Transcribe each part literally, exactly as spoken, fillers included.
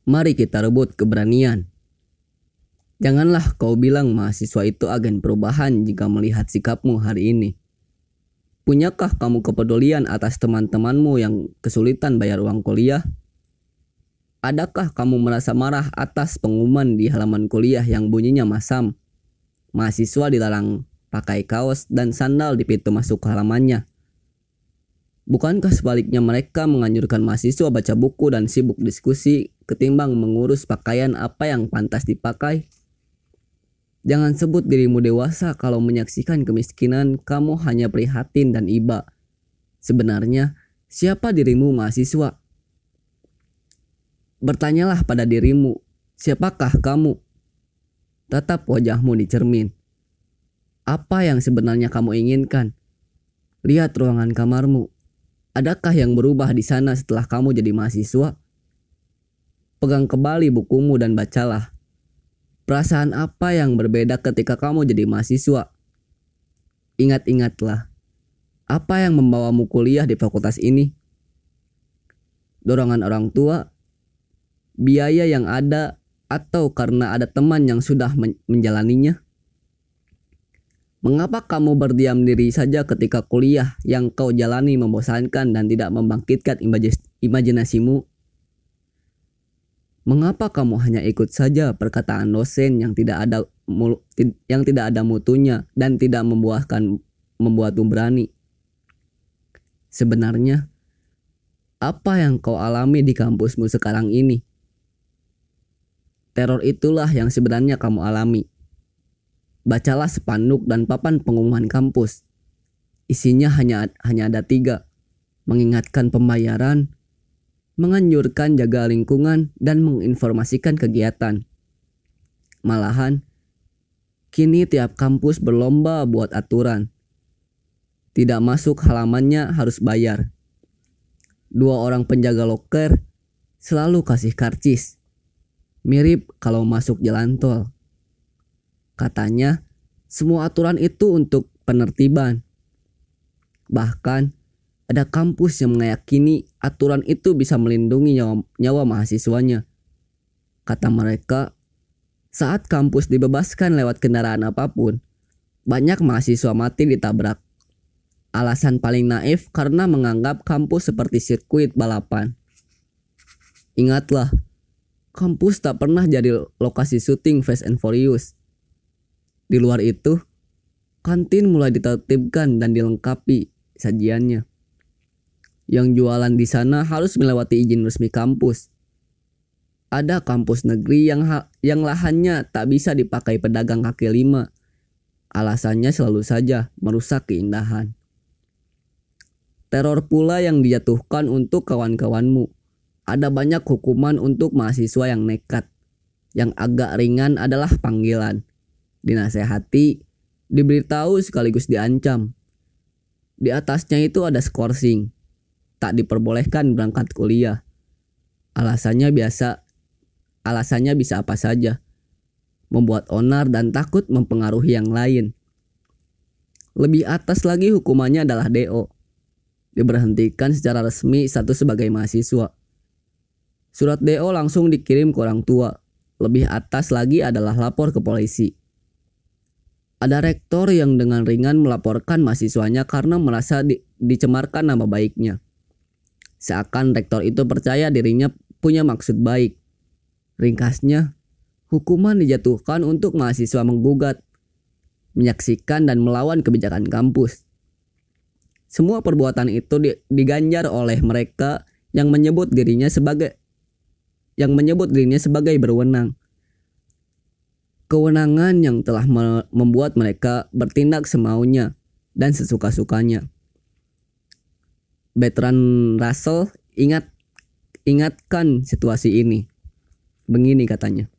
Mari kita rebut keberanian. Janganlah kau bilang mahasiswa itu agen perubahan jika melihat sikapmu hari ini. Punyakah kamu kepedulian atas teman-temanmu yang kesulitan bayar uang kuliah? Adakah kamu merasa marah atas pengumuman di halaman kuliah yang bunyinya masam? Mahasiswa dilarang pakai kaos dan sandal di pintu masuk halamannya. Bukankah sebaliknya mereka menganjurkan mahasiswa baca buku dan sibuk diskusi ketimbang mengurus pakaian apa yang pantas dipakai? Jangan sebut dirimu dewasa kalau menyaksikan kemiskinan kamu hanya prihatin dan iba. Sebenarnya, siapa dirimu mahasiswa? Bertanyalah pada dirimu, siapakah kamu? Tatap wajahmu di cermin. Apa yang sebenarnya kamu inginkan? Lihat ruangan kamarmu. Adakah yang berubah di sana setelah kamu jadi mahasiswa? Pegang kembali bukumu dan bacalah. Perasaan apa yang berbeda ketika kamu jadi mahasiswa? Ingat-ingatlah, apa yang membawamu kuliah di fakultas ini? Dorongan orang tua, biaya yang ada, atau karena ada teman yang sudah men- menjalaninya? Mengapa kamu berdiam diri saja ketika kuliah yang kau jalani membosankan dan tidak membangkitkan imaj- imajinasimu? Mengapa kamu hanya ikut saja perkataan dosen yang tidak ada mul- yang tidak ada mutunya dan tidak membuahkan membuatmu berani? Sebenarnya, apa yang kau alami di kampusmu sekarang ini? Teror itulah yang sebenarnya kamu alami. Bacalah spanduk dan papan pengumuman kampus. Isinya hanya hanya ada tiga: mengingatkan pembayaran, menganjurkan jaga lingkungan, dan menginformasikan kegiatan. Malahan, kini tiap kampus berlomba buat aturan. Tidak masuk halamannya harus bayar. Dua orang penjaga loker selalu kasih karcis. Mirip kalau masuk jalan tol. Katanya, semua aturan itu untuk penertiban. Bahkan, ada kampus yang meyakini aturan itu bisa melindungi nyawa, nyawa mahasiswanya. Kata mereka, saat kampus dibebaskan lewat kendaraan apapun, banyak mahasiswa mati ditabrak. Alasan paling naif karena menganggap kampus seperti sirkuit balapan. Ingatlah, kampus tak pernah jadi lokasi syuting Fast and Furious. Di luar itu, kantin mulai ditertibkan dan dilengkapi sajiannya. Yang jualan di sana harus melewati izin resmi kampus. Ada kampus negeri yang ha- yang lahannya tak bisa dipakai pedagang kaki lima. Alasannya selalu saja merusak keindahan. Teror pula yang dijatuhkan untuk kawan-kawanmu. Ada banyak hukuman untuk mahasiswa yang nekat. Yang agak ringan adalah panggilan. Dinasehati, diberitahu sekaligus diancam. Di atasnya itu ada skorsing. Tak diperbolehkan berangkat kuliah. Alasannya biasa, alasannya bisa apa saja. Membuat onar dan takut mempengaruhi yang lain. Lebih atas lagi hukumannya adalah D O. Diberhentikan secara resmi status sebagai mahasiswa. Surat D O langsung dikirim ke orang tua. Lebih atas lagi adalah lapor ke polisi. Ada rektor yang dengan ringan melaporkan mahasiswanya karena merasa di- dicemarkan nama baiknya. Seakan rektor itu percaya dirinya punya maksud baik. Ringkasnya, hukuman dijatuhkan untuk mahasiswa menggugat, menyaksikan dan melawan kebijakan kampus. Semua perbuatan itu di- diganjar oleh mereka yang menyebut dirinya sebagai yang menyebut dirinya sebagai berwenang. Kewenangan yang telah me- membuat mereka bertindak semaunya dan sesuka-sukanya. Bertrand Russell ingat ingatkan situasi ini. Begini katanya.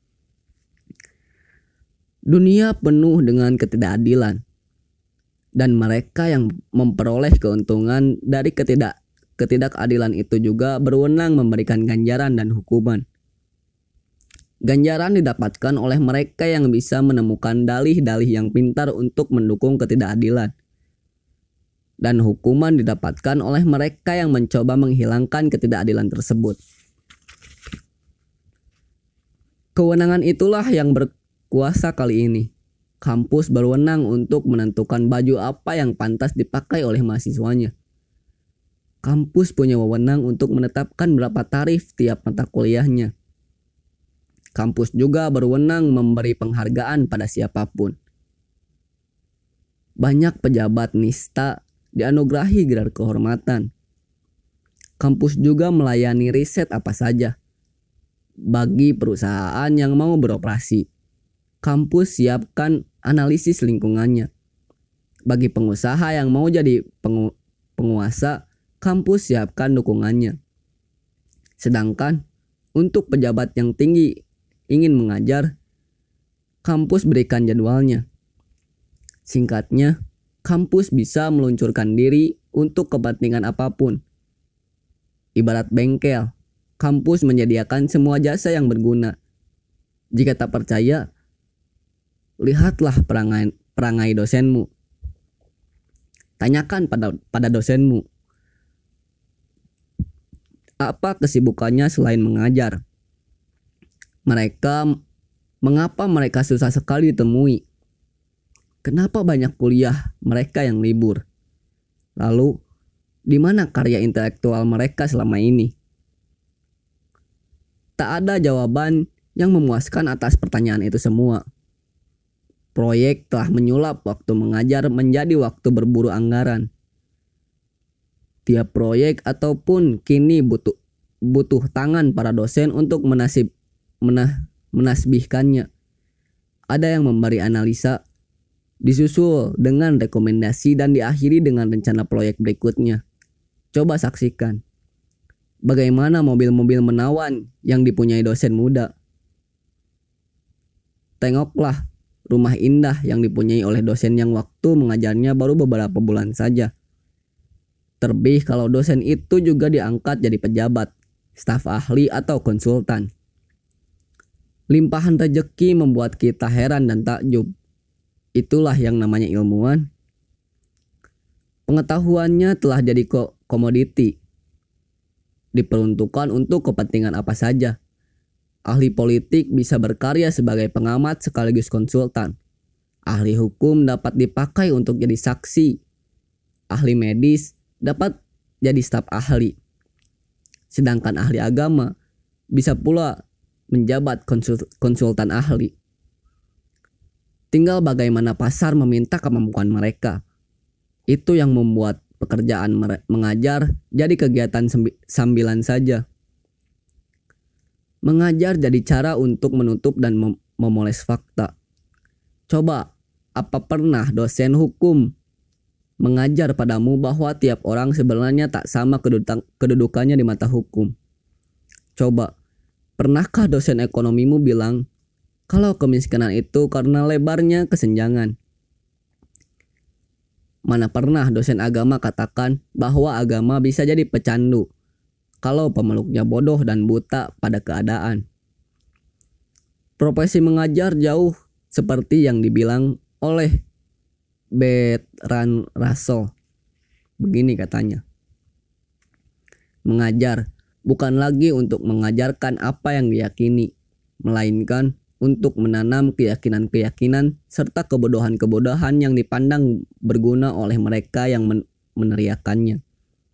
Dunia penuh dengan ketidakadilan. Dan mereka yang memperoleh keuntungan dari ketidak ketidakadilan itu juga berwenang memberikan ganjaran dan hukuman. Ganjaran didapatkan oleh mereka yang bisa menemukan dalih-dalih yang pintar untuk mendukung ketidakadilan. Dan hukuman didapatkan oleh mereka yang mencoba menghilangkan ketidakadilan tersebut. Kewenangan itulah yang berkuasa kali ini. Kampus berwenang untuk menentukan baju apa yang pantas dipakai oleh mahasiswanya. Kampus punya wewenang untuk menetapkan berapa tarif tiap mata kuliahnya. Kampus juga berwenang memberi penghargaan pada siapapun. Banyak pejabat nista dianugerahi gelar kehormatan. Kampus juga melayani riset apa saja bagi perusahaan yang mau beroperasi. Kampus siapkan analisis lingkungannya. Bagi pengusaha yang mau jadi pengu- penguasa, kampus siapkan dukungannya. Sedangkan untuk pejabat yang tinggi ingin mengajar, kampus berikan jadwalnya. Singkatnya, kampus bisa meluncurkan diri untuk kepentingan apapun. Ibarat bengkel, kampus menyediakan semua jasa yang berguna. Jika tak percaya, lihatlah perangai, perangai dosenmu. Tanyakan pada, pada dosenmu, apa kesibukannya selain mengajar? Mereka, mengapa mereka susah sekali ditemui? Kenapa banyak kuliah mereka yang libur? Lalu, di mana karya intelektual mereka selama ini? Tak ada jawaban yang memuaskan atas pertanyaan itu semua. Proyek telah menyulap waktu mengajar menjadi waktu berburu anggaran. Tiap proyek ataupun kini butuh butuh tangan para dosen untuk menasib menah, menasbihkannya. Ada yang memberi analisa, disusul dengan rekomendasi dan diakhiri dengan rencana proyek berikutnya. Coba saksikan bagaimana mobil-mobil menawan yang dipunyai dosen muda. Tengoklah rumah indah yang dipunyai oleh dosen yang waktu mengajarnya baru beberapa bulan saja. Terlebih kalau dosen itu juga diangkat jadi pejabat, staf ahli atau konsultan. Limpahan rezeki membuat kita heran dan takjub. Itulah yang namanya ilmuwan. Pengetahuannya telah jadi komoditi, diperuntukkan untuk kepentingan apa saja. Ahli politik bisa berkarya sebagai pengamat sekaligus konsultan. Ahli hukum dapat dipakai untuk jadi saksi. Ahli medis dapat jadi staf ahli. Sedangkan ahli agama bisa pula menjabat konsul- konsultan ahli. Tinggal bagaimana pasar meminta kemampuan mereka. Itu yang membuat pekerjaan mere- mengajar jadi kegiatan sembi- sambilan saja. Mengajar jadi cara untuk menutup dan mem- memoles fakta. Coba, apa pernah dosen hukum mengajar padamu bahwa tiap orang sebenarnya tak sama keduduk- kedudukannya di mata hukum? Coba, pernahkah dosen ekonomimu bilang kalau kemiskinan itu karena lebarnya kesenjangan? Mana pernah dosen agama katakan bahwa agama bisa jadi pecandu kalau pemeluknya bodoh dan buta pada keadaan? Profesi mengajar jauh seperti yang dibilang oleh Bertrand Russell. Begini katanya, mengajar bukan lagi untuk mengajarkan apa yang diyakini, melainkan untuk menanam keyakinan-keyakinan serta kebodohan-kebodohan yang dipandang berguna oleh mereka yang men- meneriakannya.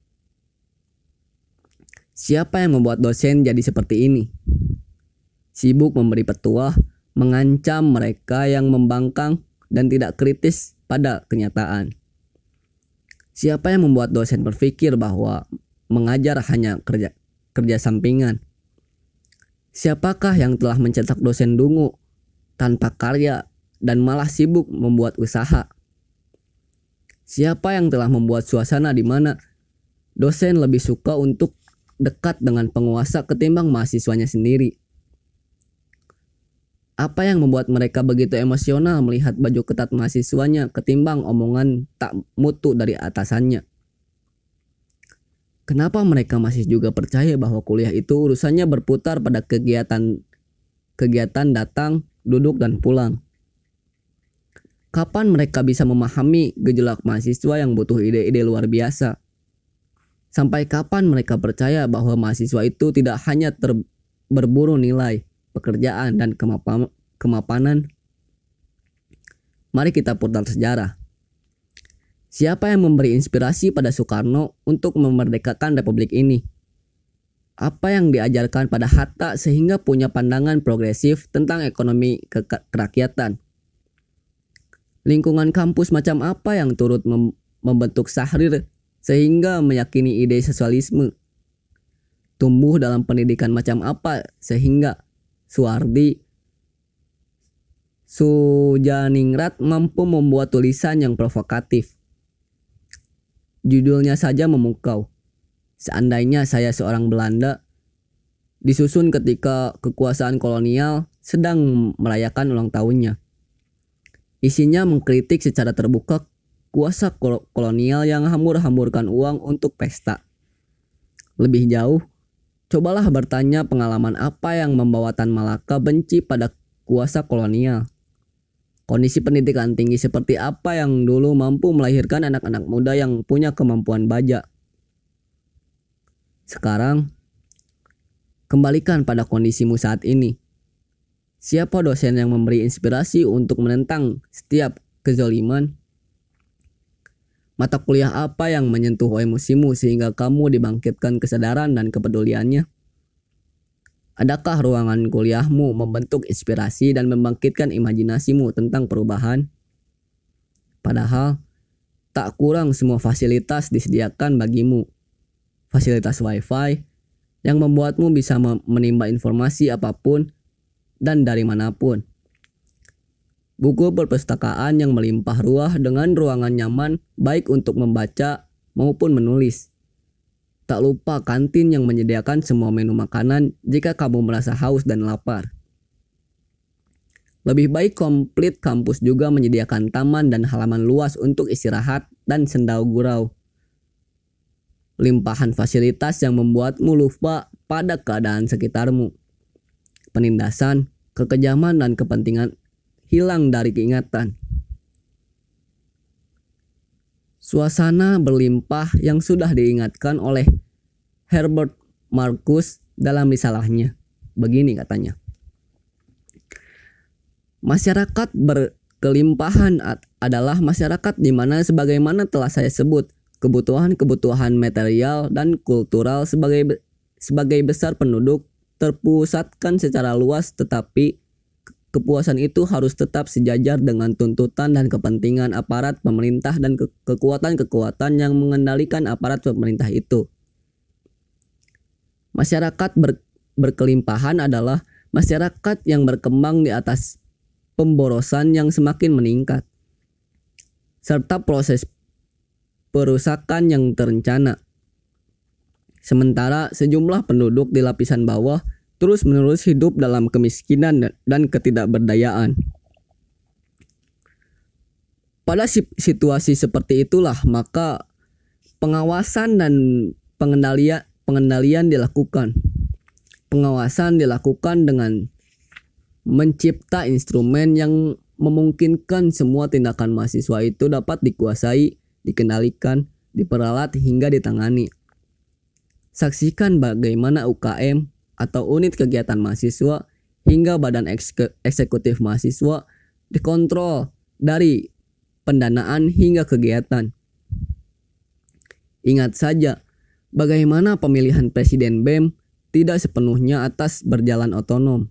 Siapa yang membuat dosen jadi seperti ini? Sibuk memberi petuah, mengancam mereka yang membangkang dan tidak kritis pada kenyataan. Siapa yang membuat dosen berpikir bahwa mengajar hanya kerja kerja sampingan? Siapakah yang telah mencetak dosen dungu, tanpa karya, dan malah sibuk membuat usaha? Siapa yang telah membuat suasana di mana dosen lebih suka untuk dekat dengan penguasa ketimbang mahasiswanya sendiri? Apa yang membuat mereka begitu emosional melihat baju ketat mahasiswanya ketimbang omongan tak mutu dari atasannya? Kenapa mereka masih juga percaya bahwa kuliah itu urusannya berputar pada kegiatan kegiatan datang, duduk, dan pulang? Kapan mereka bisa memahami gejolak mahasiswa yang butuh ide-ide luar biasa? Sampai kapan mereka percaya bahwa mahasiswa itu tidak hanya ter- berburu nilai, pekerjaan, dan kemapa- kemapanan. Mari kita putar sejarah. Siapa yang memberi inspirasi pada Soekarno untuk memerdekakan republik ini? Apa yang diajarkan pada Hatta sehingga punya pandangan progresif tentang ekonomi ke- kerakyatan? Lingkungan kampus macam apa yang turut mem- membentuk Syahrir sehingga meyakini ide sosialisme? Tumbuh dalam pendidikan macam apa sehingga Suwardi Sujaningrat mampu membuat tulisan yang provokatif? Judulnya saja memukau. Seandainya saya seorang Belanda, disusun ketika kekuasaan kolonial sedang merayakan ulang tahunnya. Isinya mengkritik secara terbuka kuasa kolonial yang hambur-hamburkan uang untuk pesta. Lebih jauh, cobalah bertanya pengalaman apa yang membawa Tan Malaka benci pada kuasa kolonial. Kondisi pendidikan tinggi seperti apa yang dulu mampu melahirkan anak-anak muda yang punya kemampuan baja. Sekarang, kembalikan pada kondisimu saat ini. Siapa dosen yang memberi inspirasi untuk menentang setiap kezaliman? Mata kuliah apa yang menyentuh emosimu sehingga kamu dibangkitkan kesadaran dan kepeduliannya? Adakah ruangan kuliahmu membentuk inspirasi dan membangkitkan imajinasimu tentang perubahan? Padahal, tak kurang semua fasilitas disediakan bagimu. Fasilitas wifi yang membuatmu bisa menimba informasi apapun dan dari manapun. Buku perpustakaan yang melimpah ruah dengan ruangan nyaman baik untuk membaca maupun menulis. Tak lupa kantin yang menyediakan semua menu makanan jika kamu merasa haus dan lapar. Lebih baik komplit kampus juga menyediakan taman dan halaman luas untuk istirahat dan sendau gurau. Limpahan fasilitas yang membuatmu lupa pada keadaan sekitarmu. Penindasan, kekejaman, dan kepentingan hilang dari keingatan. Suasana berlimpah yang sudah diingatkan oleh Herbert Marcuse dalam risalahnya. Begini katanya. Masyarakat berkelimpahan adalah masyarakat di mana sebagaimana telah saya sebut, kebutuhan-kebutuhan material dan kultural sebagai sebagai besar penduduk terpusatkan secara luas, tetapi kepuasan itu harus tetap sejajar dengan tuntutan dan kepentingan aparat pemerintah dan ke- kekuatan-kekuatan yang mengendalikan aparat pemerintah itu. Masyarakat ber- berkelimpahan adalah masyarakat yang berkembang di atas pemborosan yang semakin meningkat, serta proses perusakan yang terencana. Sementara sejumlah penduduk di lapisan bawah terus-menerus hidup dalam kemiskinan dan ketidakberdayaan. Pada situasi seperti itulah maka pengawasan dan pengendalian pengendalian dilakukan. Pengawasan dilakukan dengan mencipta instrumen yang memungkinkan semua tindakan mahasiswa itu dapat dikuasai, dikendalikan, diperalat hingga ditangani. Saksikan bagaimana U K M atau unit kegiatan mahasiswa hingga badan eksekutif mahasiswa dikontrol dari pendanaan hingga kegiatan. Ingat saja bagaimana pemilihan presiden B E M tidak sepenuhnya atas berjalan otonom.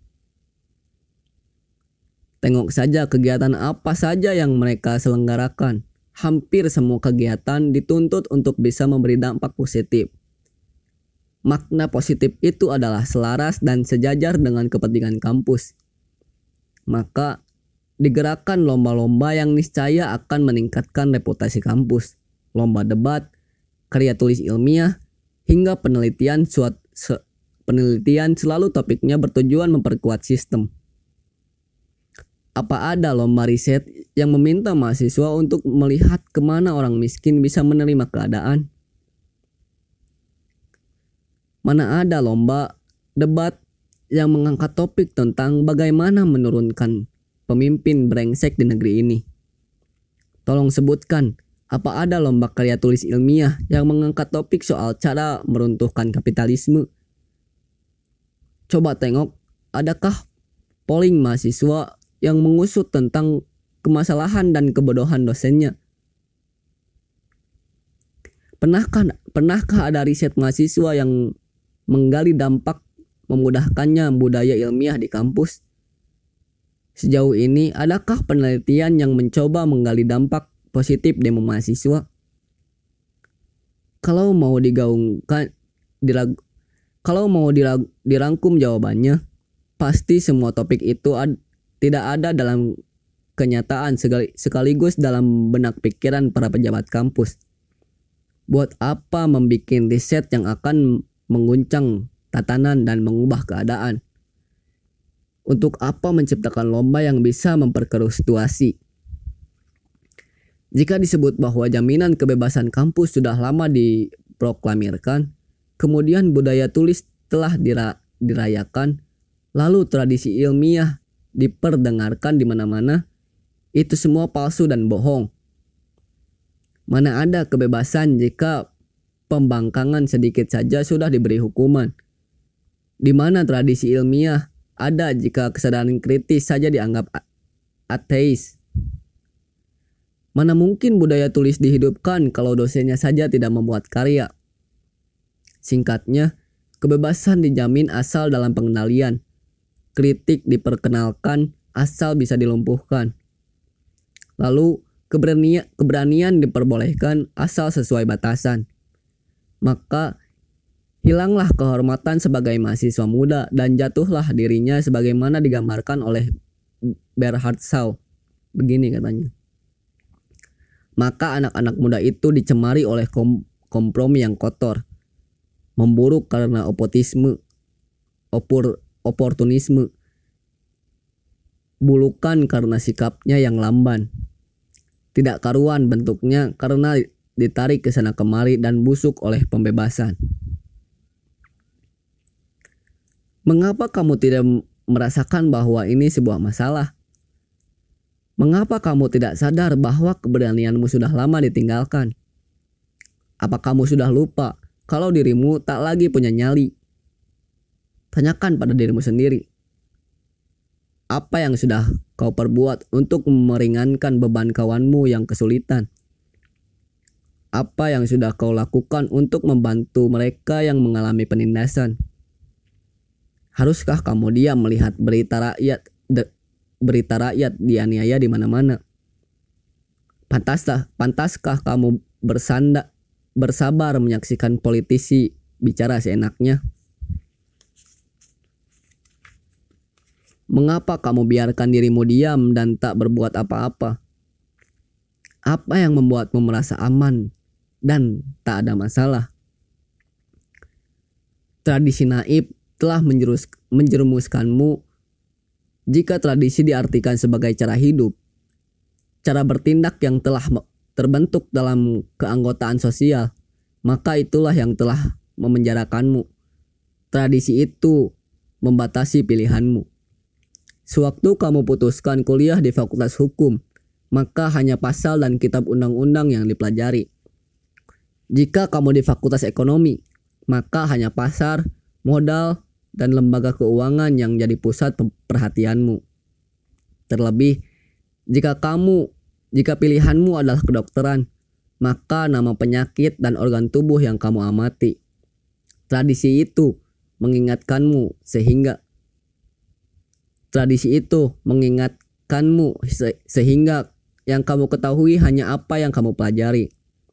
Tengok saja kegiatan apa saja yang mereka selenggarakan. Hampir semua kegiatan dituntut untuk bisa memberi dampak positif. Makna positif itu adalah selaras dan sejajar dengan kepentingan kampus. Maka digerakkan lomba-lomba yang niscaya akan meningkatkan reputasi kampus. Lomba debat, karya tulis ilmiah, hingga penelitian suat, se, penelitian selalu topiknya bertujuan memperkuat sistem. Apa ada lomba riset yang meminta mahasiswa untuk melihat kemana orang miskin bisa menerima keadaan? Mana ada lomba debat yang mengangkat topik tentang bagaimana menurunkan pemimpin brengsek di negeri ini? Tolong sebutkan, apa ada lomba karya tulis ilmiah yang mengangkat topik soal cara meruntuhkan kapitalisme? Coba tengok, adakah polling mahasiswa yang mengusut tentang kemasalahan dan kebodohan dosennya. Pernahkah, pernahkah ada riset mahasiswa yang menggali dampak memudahkannya budaya ilmiah di kampus? Sejauh ini, adakah penelitian yang mencoba menggali dampak positif demo mahasiswa? Kalau mau digaungkan, dirag, kalau mau dirag, dirangkum jawabannya, pasti semua topik itu ad, tidak ada dalam kenyataan sekaligus dalam benak pikiran para pejabat kampus. Buat apa membuat riset yang akan mengguncang tatanan dan mengubah keadaan? Untuk apa menciptakan lomba yang bisa memperkeruh situasi? Jika disebut bahwa jaminan kebebasan kampus sudah lama diproklamirkan, kemudian budaya tulis telah dira- dirayakan, lalu tradisi ilmiah diperdengarkan di mana-mana, itu semua palsu dan bohong. Mana ada kebebasan jika pembangkangan sedikit saja sudah diberi hukuman? Di mana tradisi ilmiah ada jika kesadaran kritis saja dianggap ateis? Mana mungkin budaya tulis dihidupkan kalau dosennya saja tidak membuat karya? Singkatnya, kebebasan dijamin asal dalam pengendalian. Kritik diperkenalkan asal bisa dilumpuhkan. Lalu, keberanian, keberanian diperbolehkan asal sesuai batasan. Maka, hilanglah kehormatan sebagai mahasiswa muda dan jatuhlah dirinya sebagaimana digambarkan oleh Bernhard Shaw. Begini katanya. Maka anak-anak muda itu dicemari oleh kom- kompromi yang kotor, memburuk karena opotisme, opor, oportunisme, bulukan karena sikapnya yang lamban, tidak karuan bentuknya karena ditarik ke sana kemari dan busuk oleh pembebasan. Mengapa kamu tidak merasakan bahwa ini sebuah masalah? Mengapa kamu tidak sadar bahwa keberanianmu sudah lama ditinggalkan? Apa kamu sudah lupa kalau dirimu tak lagi punya nyali? Tanyakan pada dirimu sendiri. Apa yang sudah kau perbuat untuk meringankan beban kawanmu yang kesulitan? Apa yang sudah kau lakukan untuk membantu mereka yang mengalami penindasan? Haruskah kamu diam melihat berita rakyat de, berita rakyat dianiaya di mana-mana? Pantaskah, pantaskah kamu bersanda, bersabar menyaksikan politisi bicara seenaknya? Mengapa kamu biarkan dirimu diam dan tak berbuat apa-apa? Apa yang membuatmu merasa aman dan tak ada masalah? Tradisi naib telah menjerus, menjerumuskanmu. Jika tradisi diartikan sebagai cara hidup, cara bertindak yang telah terbentuk dalam keanggotaan sosial, maka itulah yang telah memenjarakanmu. Tradisi itu membatasi pilihanmu. Sewaktu kamu putuskan kuliah di Fakultas Hukum, maka hanya pasal dan kitab undang-undang yang dipelajari. Jika kamu di Fakultas Ekonomi, maka hanya pasar, modal, dan lembaga keuangan yang jadi pusat perhatianmu. Terlebih, jika kamu, jika pilihanmu adalah kedokteran, maka nama penyakit dan organ tubuh yang kamu amati. Tradisi itu mengingatkanmu sehingga tradisi itu mengingatkanmu se- sehingga yang kamu ketahui hanya apa yang kamu pelajari.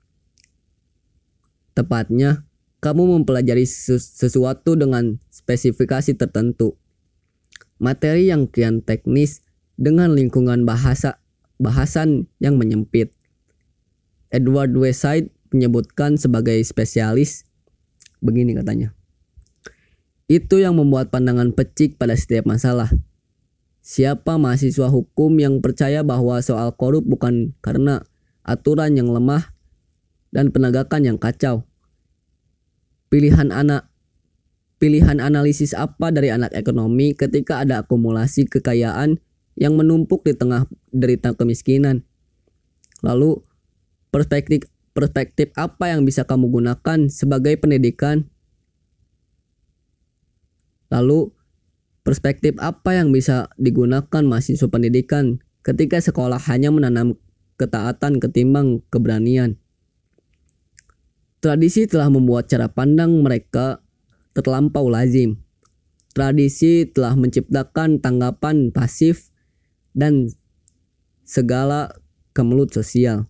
Tepatnya, kamu mempelajari sesuatu dengan spesifikasi tertentu. Materi yang kian teknis dengan lingkungan bahasa bahasan yang menyempit. Edward Westside menyebutkan sebagai spesialis. Begini katanya. Itu yang membuat pandangan pecik pada setiap masalah. Siapa mahasiswa hukum yang percaya bahwa soal korup bukan karena aturan yang lemah dan penegakan yang kacau? Pilihan anak pilihan analisis apa dari anak ekonomi ketika ada akumulasi kekayaan yang menumpuk di tengah derita kemiskinan? Lalu perspektif perspektif apa yang bisa kamu gunakan sebagai pendidikan? Lalu Perspektif apa yang bisa digunakan mahasiswa pendidikan ketika sekolah hanya menanam ketaatan ketimbang keberanian? Tradisi telah membuat cara pandang mereka terlampau lazim. Tradisi telah menciptakan tanggapan pasif dan segala kemelut sosial.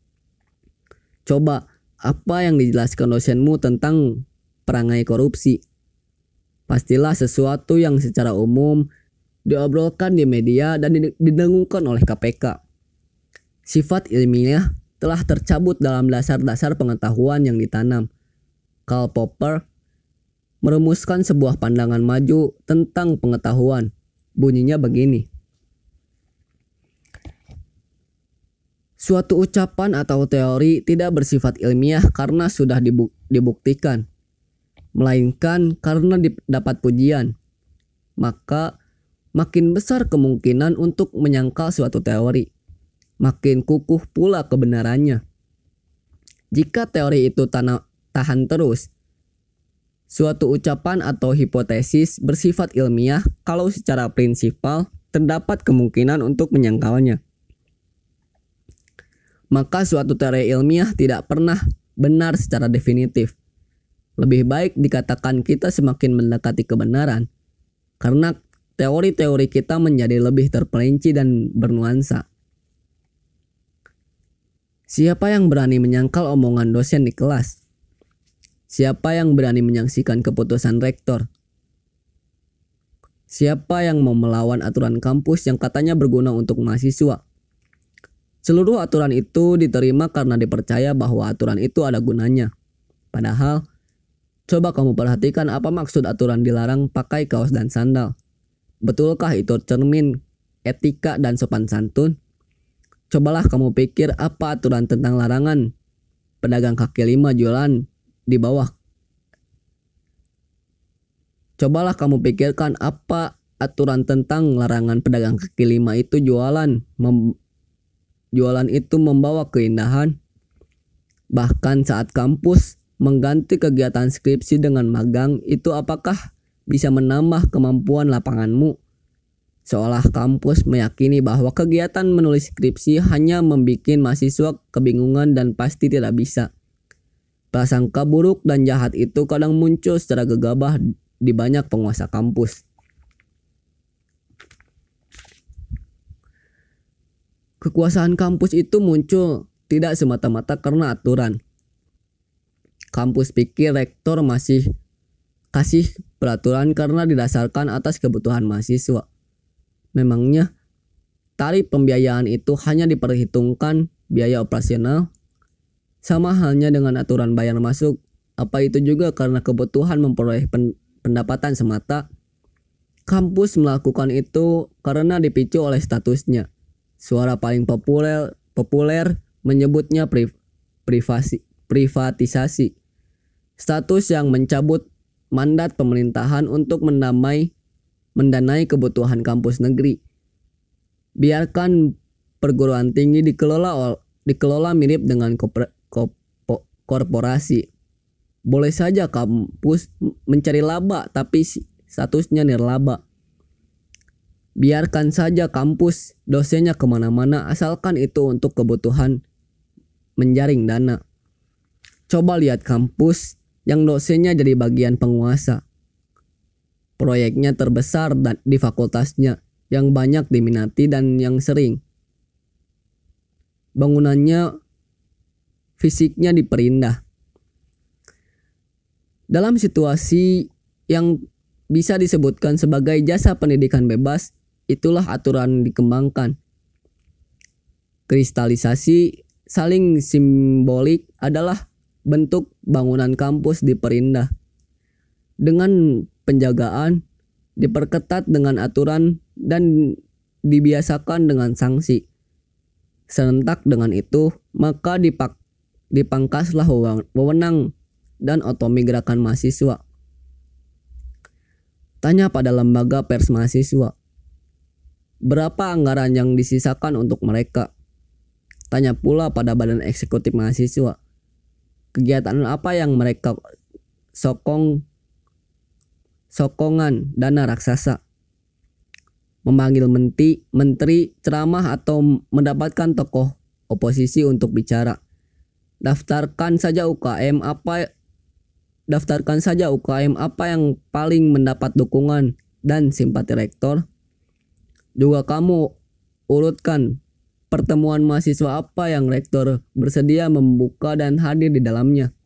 Coba, apa yang dijelaskan dosenmu tentang perangai korupsi? Pastilah sesuatu yang secara umum diobrolkan di media dan didengungkan oleh K P K. Sifat ilmiah telah tercabut dalam dasar-dasar pengetahuan yang ditanam. Karl Popper merumuskan sebuah pandangan maju tentang pengetahuan. Bunyinya begini. Suatu ucapan atau teori tidak bersifat ilmiah karena sudah dibuktikan, melainkan karena dapat pujian. Maka makin besar kemungkinan untuk menyangkal suatu teori, makin kukuh pula kebenarannya. Jika teori itu tanah, tahan terus, suatu ucapan atau hipotesis bersifat ilmiah kalau secara prinsipal terdapat kemungkinan untuk menyangkalnya. Maka suatu teori ilmiah tidak pernah benar secara definitif. Lebih baik dikatakan kita semakin mendekati kebenaran, karena teori-teori kita menjadi lebih terperinci dan bernuansa. Siapa yang berani menyangkal omongan dosen di kelas? Siapa yang berani menyaksikan keputusan rektor? Siapa yang mau melawan aturan kampus yang katanya berguna untuk mahasiswa? Seluruh aturan itu diterima karena dipercaya bahwa aturan itu ada gunanya. Padahal, coba kamu perhatikan apa maksud aturan dilarang pakai kaos dan sandal. Betulkah itu cermin etika dan sopan santun? Cobalah kamu pikir apa aturan tentang larangan pedagang kaki lima jualan di bawah. Cobalah kamu pikirkan apa aturan tentang larangan pedagang kaki lima itu jualan mem- Jualan itu membawa keindahan. Bahkan saat kampus mengganti kegiatan skripsi dengan magang, itu apakah bisa menambah kemampuan lapanganmu? Seolah kampus meyakini bahwa kegiatan menulis skripsi hanya membuat mahasiswa kebingungan dan pasti tidak bisa. Prasangka buruk dan jahat itu kadang muncul secara gegabah di banyak penguasa kampus. Kekuasaan kampus itu muncul tidak semata-mata karena aturan. Kampus pikir rektor masih kasih peraturan karena didasarkan atas kebutuhan mahasiswa. Memangnya tarif pembiayaan itu hanya diperhitungkan biaya operasional? Sama halnya dengan aturan bayar masuk, apa itu juga karena kebutuhan memperoleh pendapatan semata? Kampus melakukan itu karena dipicu oleh statusnya. Suara paling populer populer menyebutnya priv, privasi, privatisasi. Status yang mencabut mandat pemerintahan untuk mendamai, mendanai kebutuhan kampus negeri. Biarkan perguruan tinggi dikelola dikelola mirip dengan koper, kop, korporasi. Boleh saja kampus mencari laba tapi statusnya nirlaba. Biarkan saja kampus dosennya kemana-mana asalkan itu untuk kebutuhan menjaring dana. Coba lihat kampus yang dosennya jadi bagian penguasa. Proyeknya terbesar dan di fakultasnya yang banyak diminati dan yang sering. Bangunannya fisiknya diperindah. Dalam situasi yang bisa disebutkan sebagai jasa pendidikan bebas, itulah aturan dikembangkan. Kristalisasi saling simbolik adalah bentuk bangunan kampus diperindah. Dengan penjagaan, diperketat dengan aturan dan dibiasakan dengan sanksi. Serentak dengan itu, maka dipak, dipangkaslah wewenang dan otonomi gerakan mahasiswa. Tanya pada lembaga pers mahasiswa, berapa anggaran yang disisakan untuk mereka? Tanya pula pada badan eksekutif mahasiswa, kegiatan apa yang mereka sokong sokongan dana raksasa. memanggil menti, menteri, ceramah atau mendapatkan tokoh oposisi untuk bicara. Daftarkan saja U K M apa daftarkan saja U K M apa yang paling mendapat dukungan dan simpati rektor. Juga kamu urutkan pertemuan mahasiswa apa yang rektor bersedia membuka dan hadir di dalamnya.